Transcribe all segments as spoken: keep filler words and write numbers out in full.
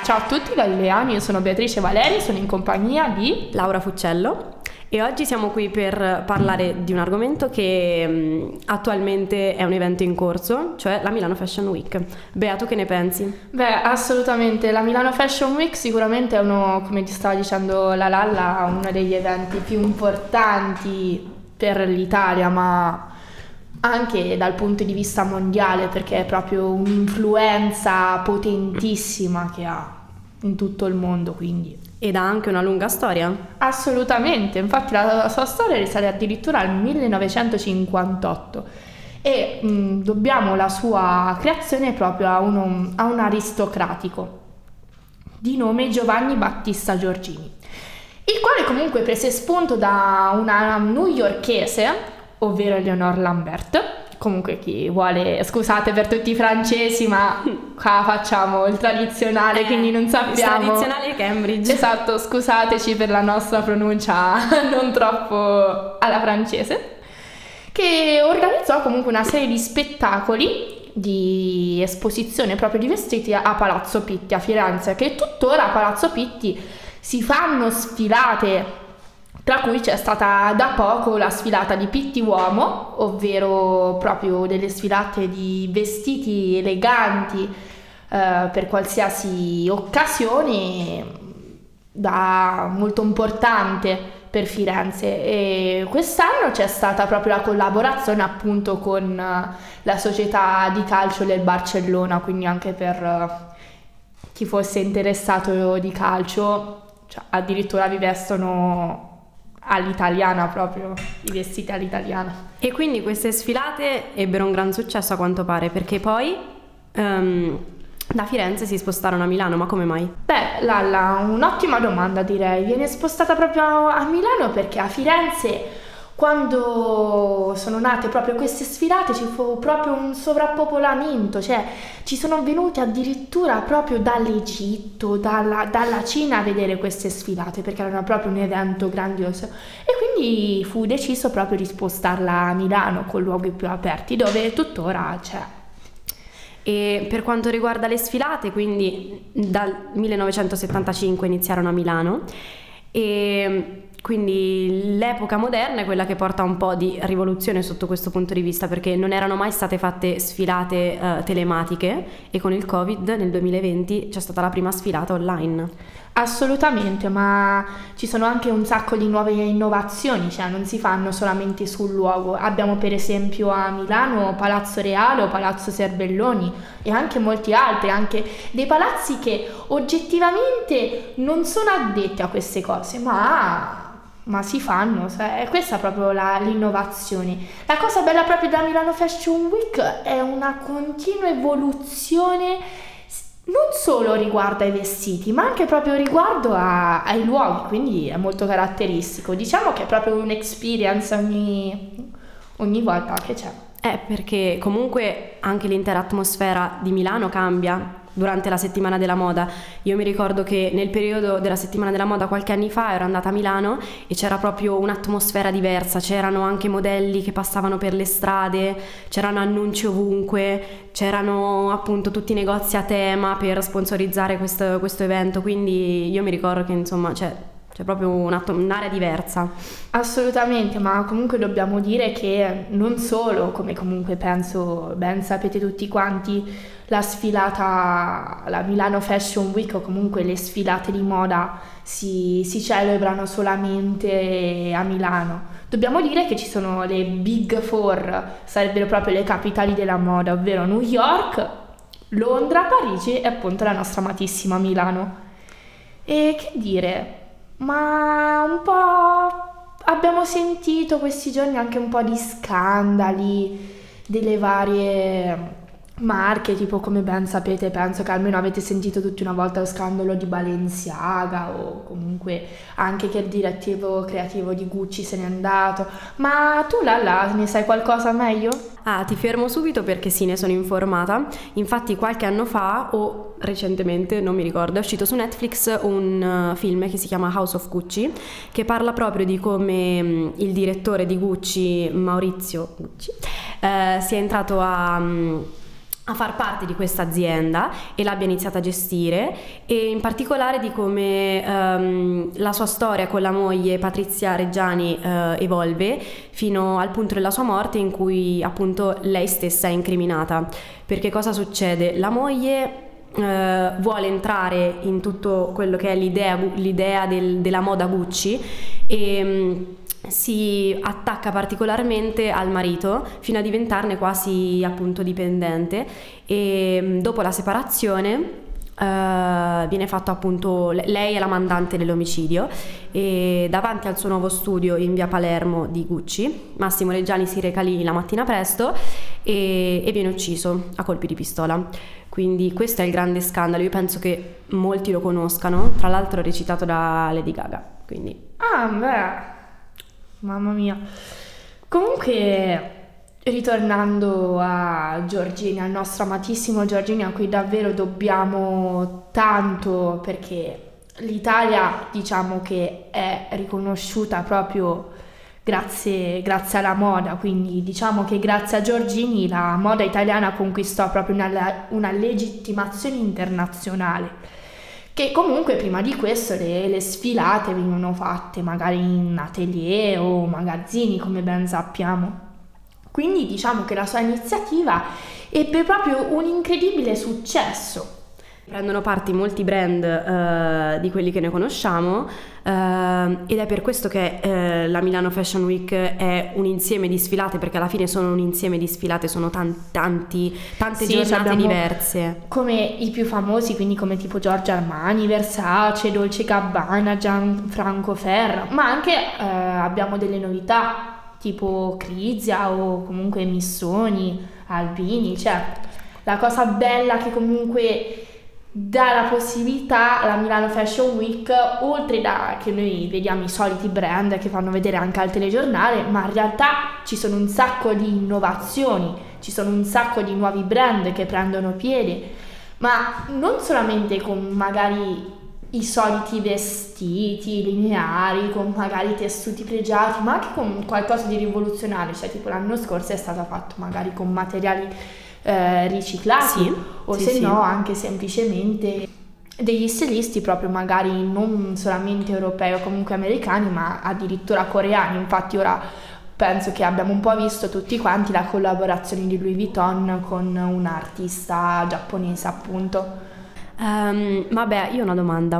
Ciao a tutti Galileani, io sono Beatrice Valeri, sono in compagnia di Laura Fuccello e oggi siamo qui per parlare di un argomento che mh, attualmente è un evento in corso, cioè la Milano Fashion Week. Bea, tu che ne pensi? Beh, assolutamente, la Milano Fashion Week sicuramente è uno, come ti stava dicendo la Lalla, uno degli eventi più importanti per l'Italia, ma anche dal punto di vista mondiale, perché è proprio un'influenza potentissima che ha in tutto il mondo, quindi. Ed ha anche una lunga storia. Assolutamente, infatti la, la sua storia risale addirittura al millenovecentocinquantotto e mh, dobbiamo la sua creazione proprio a, uno, a un aristocratico di nome Giovanni Battista Giorgini, il quale comunque prese spunto da una newyorkese, ovvero Eleanor Lambert. Comunque chi vuole, scusate per tutti i francesi, ma qua facciamo il tradizionale, eh, quindi non sappiamo. Il tradizionale Cambridge. Esatto, scusateci per la nostra pronuncia non troppo alla francese, che organizzò comunque una serie di spettacoli di esposizione proprio di vestiti a Palazzo Pitti a Firenze, che tuttora a Palazzo Pitti si fanno sfilate, tra cui c'è stata da poco la sfilata di Pitti Uomo, ovvero proprio delle sfilate di vestiti eleganti eh, per qualsiasi occasione, da molto importante per Firenze. E quest'anno c'è stata proprio la collaborazione appunto con la società di calcio del Barcellona, quindi anche per chi fosse interessato di calcio, cioè, addirittura vi vestono all'italiana, proprio i vestiti all'italiana. E quindi queste sfilate ebbero un gran successo a quanto pare, perché poi um, da Firenze si spostarono a Milano. Ma come mai? Beh, Lalla, un'ottima domanda direi. Viene spostata proprio a Milano perché a Firenze, quando sono nate proprio queste sfilate, ci fu proprio un sovrappopolamento, cioè ci sono venuti addirittura proprio dall'Egitto, dalla, dalla Cina a vedere queste sfilate, perché erano proprio un evento grandioso, e quindi fu deciso proprio di spostarla a Milano con luoghi più aperti, dove tuttora c'è. E per quanto riguarda le sfilate, quindi dal millenovecentosettantacinque iniziarono a Milano, e quindi l'epoca moderna è quella che porta un po' di rivoluzione sotto questo punto di vista, perché non erano mai state fatte sfilate uh, telematiche, e con il Covid nel duemilaventi c'è stata la prima sfilata online. Assolutamente, ma ci sono anche un sacco di nuove innovazioni, cioè non si fanno solamente sul luogo. Abbiamo per esempio a Milano Palazzo Reale o Palazzo Serbelloni e anche molti altri, anche dei palazzi che oggettivamente non sono addetti a queste cose, ma ma si fanno, è questa proprio la, l'innovazione. La cosa bella proprio della Milano Fashion Week è una continua evoluzione, non solo riguardo ai vestiti, ma anche proprio riguardo a, ai luoghi, quindi è molto caratteristico. Diciamo che è proprio un'experience ogni, ogni volta che c'è. Eh, perché comunque anche l'intera atmosfera di Milano cambia durante la settimana della moda. Io mi ricordo che nel periodo della settimana della moda qualche anni fa ero andata a Milano e c'era proprio un'atmosfera diversa, c'erano anche modelli che passavano per le strade, c'erano annunci ovunque, c'erano appunto tutti i negozi a tema per sponsorizzare questo, questo evento, quindi io mi ricordo che insomma c'è C'è proprio un'area diversa. Assolutamente, ma comunque dobbiamo dire che non solo, come comunque penso ben sapete tutti quanti, la sfilata, la Milano Fashion Week o comunque le sfilate di moda si, si celebrano solamente a Milano. Dobbiamo dire che ci sono le Big Four, sarebbero proprio le capitali della moda, ovvero New York, Londra, Parigi e appunto la nostra amatissima Milano. E che dire? Ma un po' abbiamo sentito questi giorni anche un po' di scandali delle varie marche, tipo come ben sapete, penso che almeno avete sentito tutti una volta lo scandalo di Balenciaga o comunque anche che il direttivo creativo di Gucci se n'è andato. Ma tu Lalla, ne sai qualcosa meglio? Ah, ti fermo subito perché sì, ne sono informata. Infatti qualche anno fa o recentemente, non mi ricordo, è uscito su Netflix un uh, film che si chiama House of Gucci, che parla proprio di come um, il direttore di Gucci, Maurizio Gucci, uh, sia entrato a... Um, a far parte di questa azienda e l'abbia iniziata a gestire, e in particolare di come um, la sua storia con la moglie Patrizia Reggiani uh, evolve fino al punto della sua morte, in cui appunto lei stessa è incriminata. Perché cosa succede? La moglie Uh, vuole entrare in tutto quello che è l'idea, l'idea del, della moda Gucci, e um, si attacca particolarmente al marito fino a diventarne quasi appunto dipendente, e um, dopo la separazione Uh, viene fatto appunto, lei è la mandante dell'omicidio, e davanti al suo nuovo studio in via Palermo di Gucci Massimo Reggiani si reca lì la mattina presto e, e viene ucciso a colpi di pistola. Quindi questo è il grande scandalo, io penso che molti lo conoscano, tra l'altro recitato da Lady Gaga, quindi... Ah beh, mamma mia. Comunque, ritornando a Giorgini, al nostro amatissimo Giorgini, a cui davvero dobbiamo tanto, perché l'Italia diciamo che è riconosciuta proprio grazie, grazie alla moda, quindi diciamo che grazie a Giorgini la moda italiana conquistò proprio una, una legittimazione internazionale, che comunque prima di questo le, le sfilate venivano fatte magari in atelier o magazzini, come ben sappiamo. Quindi diciamo che la sua iniziativa ebbe proprio un incredibile successo. Prendono parte molti brand uh, di quelli che noi conosciamo, uh, ed è per questo che uh, la Milano Fashion Week è un insieme di sfilate, perché alla fine sono un insieme di sfilate, sono tanti, tanti tante sì, giornate diverse. Come i più famosi, quindi come tipo Giorgio Armani, Versace, Dolce Gabbana, Gianfranco Ferro, ma anche uh, abbiamo delle novità tipo Crizia o comunque Missoni, Albini, cioè la cosa bella che comunque dà la possibilità alla Milano Fashion Week, oltre da che noi vediamo i soliti brand che fanno vedere anche al telegiornale, ma in realtà ci sono un sacco di innovazioni, ci sono un sacco di nuovi brand che prendono piede, ma non solamente con magari i soliti vestiti lineari, con magari tessuti pregiati, ma anche con qualcosa di rivoluzionario, cioè tipo l'anno scorso è stato fatto magari con materiali eh, riciclati, sì, o sì, se sì. no anche semplicemente degli stilisti proprio magari non solamente europei o comunque americani, ma addirittura coreani. Infatti ora penso che abbiamo un po' visto tutti quanti la collaborazione di Louis Vuitton con un artista giapponese, appunto. Um, vabbè, io ho una domanda.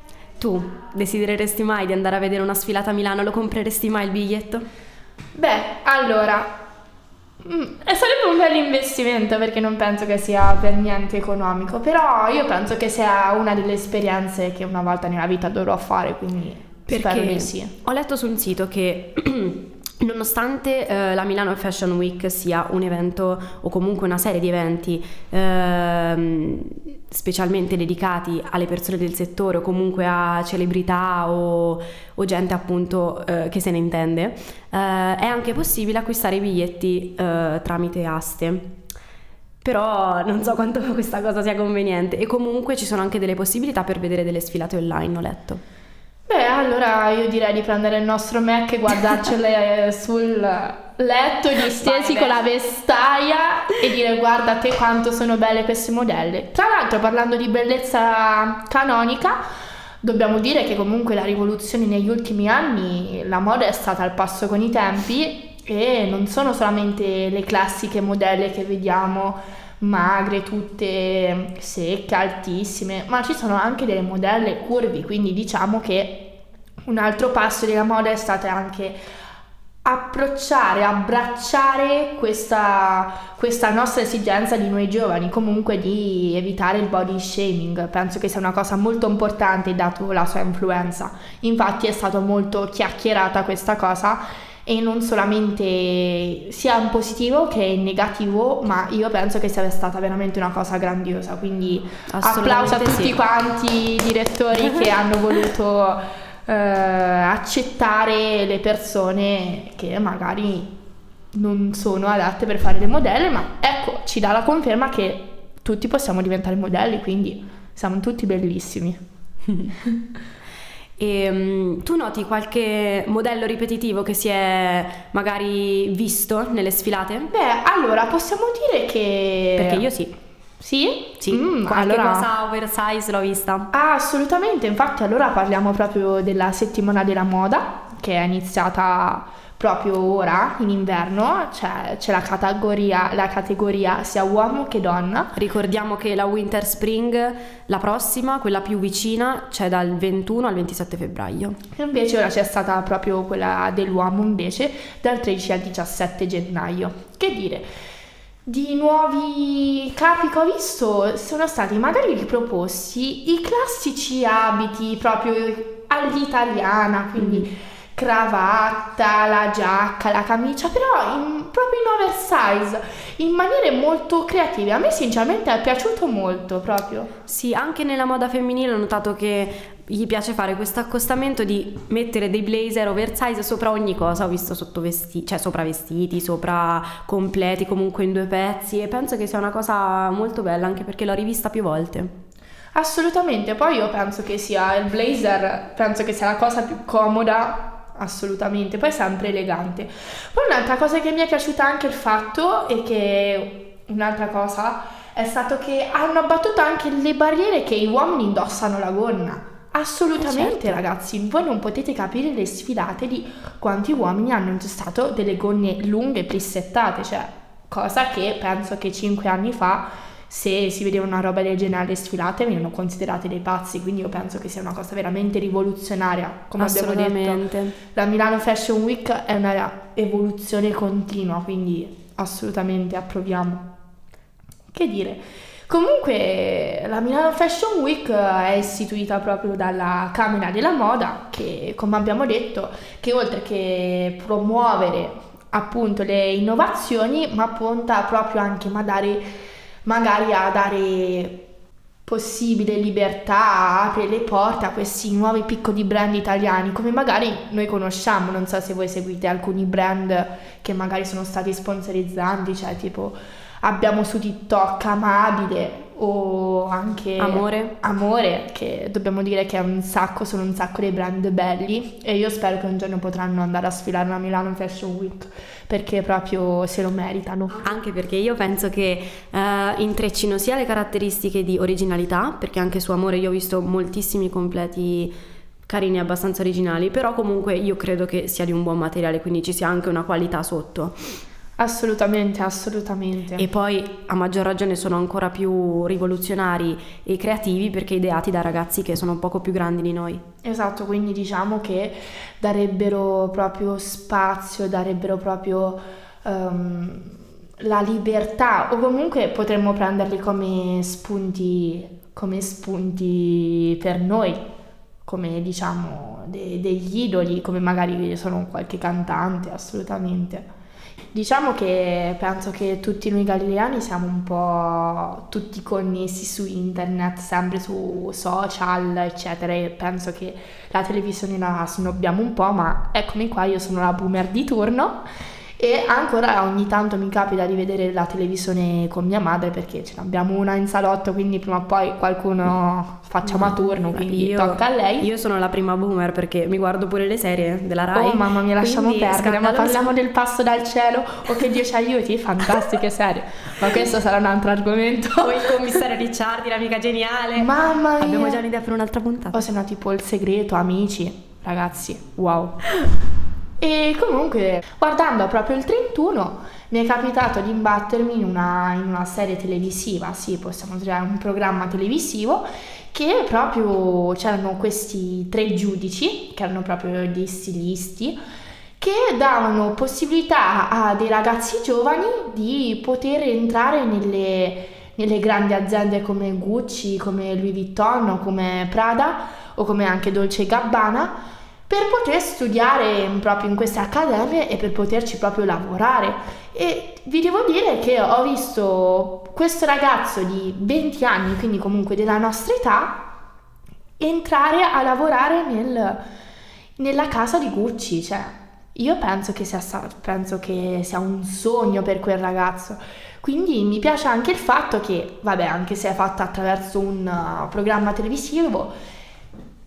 Tu desidereresti mai di andare a vedere una sfilata a Milano? Lo compreresti mai il biglietto? Beh, allora, mm, sarebbe un bel investimento, perché non penso che sia per niente economico, però io penso che sia una delle esperienze che una volta nella vita dovrò fare, quindi perché spero di sì. Ho letto su un sito che nonostante eh, la Milano Fashion Week sia un evento o comunque una serie di eventi ehm, specialmente dedicati alle persone del settore o comunque a celebrità o, o gente appunto eh, che se ne intende, eh, è anche possibile acquistare i biglietti eh, tramite aste. Però non so quanto questa cosa sia conveniente, e comunque ci sono anche delle possibilità per vedere delle sfilate online, ho letto. Beh, allora io direi di prendere il nostro Mac e guardarcele sul letto distesi con la vestaia e dire: guarda te quanto sono belle queste modelle. Tra l'altro, parlando di bellezza canonica, dobbiamo dire che comunque la rivoluzione negli ultimi anni, la moda è stata al passo con i tempi, e non sono solamente le classiche modelle che vediamo magre, tutte secche, altissime, ma ci sono anche delle modelle curvi, quindi diciamo che un altro passo della moda è stato anche approcciare, abbracciare questa, questa nostra esigenza di noi giovani, comunque di evitare il body shaming. Penso che sia una cosa molto importante dato la sua influenza, infatti è stato molto chiacchierata questa cosa, e non solamente sia in positivo che in negativo, ma io penso che sia stata veramente una cosa grandiosa, quindi applauso a tutti sì. quanti i direttori che hanno voluto eh, accettare le persone che magari non sono adatte per fare le modelle, ma ecco, ci dà la conferma che tutti possiamo diventare modelli, quindi siamo tutti bellissimi. E um, tu noti qualche modello ripetitivo che si è magari visto nelle sfilate? Beh, allora possiamo dire che... Perché io sì. Sì? Sì, Mm, qualche allora... cosa oversize l'ho vista. Ah, assolutamente, infatti allora parliamo proprio della settimana della moda che è iniziata proprio ora in inverno, cioè c'è la categoria, la categoria sia uomo che donna. Ricordiamo che la Winter Spring, la prossima, quella più vicina, c'è dal ventuno al ventisette febbraio. E invece ora c'è stata proprio quella dell'uomo invece dal tredici al diciassette gennaio. Che dire? Di nuovi capi che ho visto sono stati magari riproposti i classici abiti proprio all'italiana, quindi mm. cravatta, la giacca, la camicia, però in, proprio in oversize, in maniere molto creative. A me sinceramente è piaciuto molto proprio. Sì, anche nella moda femminile ho notato che gli piace fare questo accostamento di mettere dei blazer oversize sopra ogni cosa. Ho visto sotto vestiti, cioè sopra vestiti, sopra completi, comunque in due pezzi, e penso che sia una cosa molto bella, anche perché l'ho rivista più volte. Assolutamente, poi io penso che sia il blazer, penso che sia la cosa più comoda, assolutamente, poi sempre elegante. Poi un'altra cosa che mi è piaciuta anche il fatto è che un'altra cosa è stato che hanno abbattuto anche le barriere che gli uomini indossano la gonna. Assolutamente, certo. Ragazzi, voi non potete capire le sfilate di quanti uomini hanno indossato delle gonne lunghe plissettate, cioè cosa che penso che cinque anni fa, se si vedeva una roba del genere alle sfilate, venivano considerate dei pazzi. Quindi io penso che sia una cosa veramente rivoluzionaria, come abbiamo detto. La Milano Fashion Week è una evoluzione continua, quindi assolutamente approviamo. Che dire? Comunque la Milano Fashion Week è istituita proprio dalla Camera della Moda che, come abbiamo detto, che oltre che promuovere appunto le innovazioni, ma punta proprio anche magari, magari a dare possibile libertà, a aprire le porte a questi nuovi piccoli brand italiani, come magari noi conosciamo. Non so se voi seguite alcuni brand che magari sono stati sponsorizzanti, cioè tipo abbiamo su TikTok Amabile o anche Amore. Amore, che dobbiamo dire che è un sacco, sono un sacco dei brand belli, e io spero che un giorno potranno andare a sfilare una Milano Fashion Week, perché proprio se lo meritano. Anche perché io penso che uh, intreccino sia le caratteristiche di originalità, perché anche su Amore io ho visto moltissimi completi carini, abbastanza originali, però comunque io credo che sia di un buon materiale, quindi ci sia anche una qualità sotto. Assolutamente, assolutamente. E poi a maggior ragione sono ancora più rivoluzionari e creativi perché ideati da ragazzi che sono un poco più grandi di noi. Esatto, quindi diciamo che darebbero proprio spazio, darebbero proprio um, la libertà, o comunque potremmo prenderli come spunti, come spunti per noi, come diciamo de- degli idoli, come magari sono qualche cantante, assolutamente. Diciamo che penso che tutti noi galileani siamo un po' tutti connessi su internet, sempre su social, eccetera, e penso che la televisione la snobbiamo un po', ma eccomi qua, io sono la boomer di turno e ancora ogni tanto mi capita di vedere la televisione con mia madre, perché ce n'abbiamo una in salotto, quindi prima o poi qualcuno facciamo a turno, quindi io, tocca a lei. Io sono la prima boomer perché mi guardo pure le serie della Rai. Oh mamma mia, lasciamo perdere, scandaloso. Ma parliamo del passo dal cielo o che Dio ci aiuti, fantastiche serie, ma questo sarà un altro argomento. Poi il commissario Ricciardi, l'amica geniale. Mamma mia, abbiamo già un'idea per un'altra puntata. O se no tipo Il Segreto, Amici, ragazzi, wow. E comunque, guardando proprio il trentuno, mi è capitato di imbattermi in una, in una serie televisiva, sì, possiamo dire un programma televisivo, che proprio c'erano questi tre giudici, che erano proprio dei stilisti, che davano possibilità a dei ragazzi giovani di poter entrare nelle, nelle grandi aziende come Gucci, come Louis Vuitton, come Prada o come anche Dolce e Gabbana, per poter studiare proprio in queste accademie e per poterci proprio lavorare. E vi devo dire che ho visto questo ragazzo di venti anni, quindi comunque della nostra età, entrare a lavorare nel, nella casa di Gucci. Cioè, io penso che sia penso che sia un sogno per quel ragazzo. Quindi mi piace anche il fatto che, vabbè, anche se è fatta attraverso un uh, programma televisivo,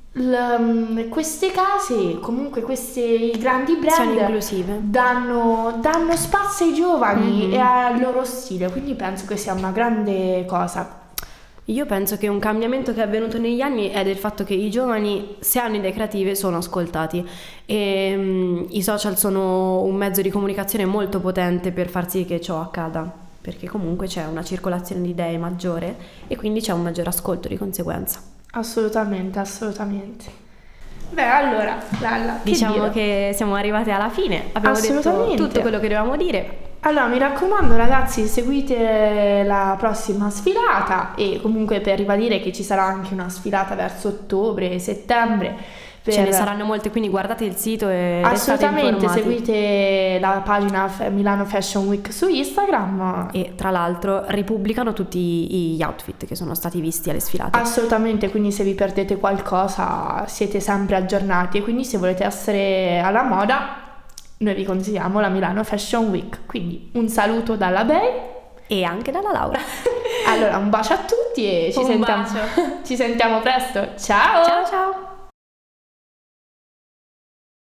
l- queste case, comunque questi grandi Sono brand inclusive. danno, danno spazio ai giovani Mhm. e al loro stile, quindi penso che sia una grande cosa. Io penso che un cambiamento che è avvenuto negli anni è del fatto che i giovani, se hanno idee creative, sono ascoltati e mm, i social sono un mezzo di comunicazione molto potente per far sì che ciò accada, perché comunque c'è una circolazione di idee maggiore e quindi c'è un maggiore ascolto di conseguenza. Assolutamente, assolutamente. Beh, allora, Lalla, che Diciamo dire? che siamo arrivate alla fine, abbiamo detto Assolutamente. tutto quello che dovevamo dire. Allora, mi raccomando ragazzi, seguite la prossima sfilata e comunque per ribadire che ci sarà anche una sfilata verso ottobre, settembre. Per... Ce ne saranno molte, quindi guardate il sito e restate Assolutamente, informati. seguite la pagina F- Milano Fashion Week su Instagram. E tra l'altro ripubblicano tutti gli outfit che sono stati visti alle sfilate. Assolutamente, quindi se vi perdete qualcosa siete sempre aggiornati e quindi se volete essere alla moda noi vi consigliamo la Milano Fashion Week. Quindi un saluto dalla Bay. E anche dalla Laura. Allora, un bacio a tutti e ci, Un sentiamo, bacio. ci sentiamo presto. Ciao! Ciao ciao!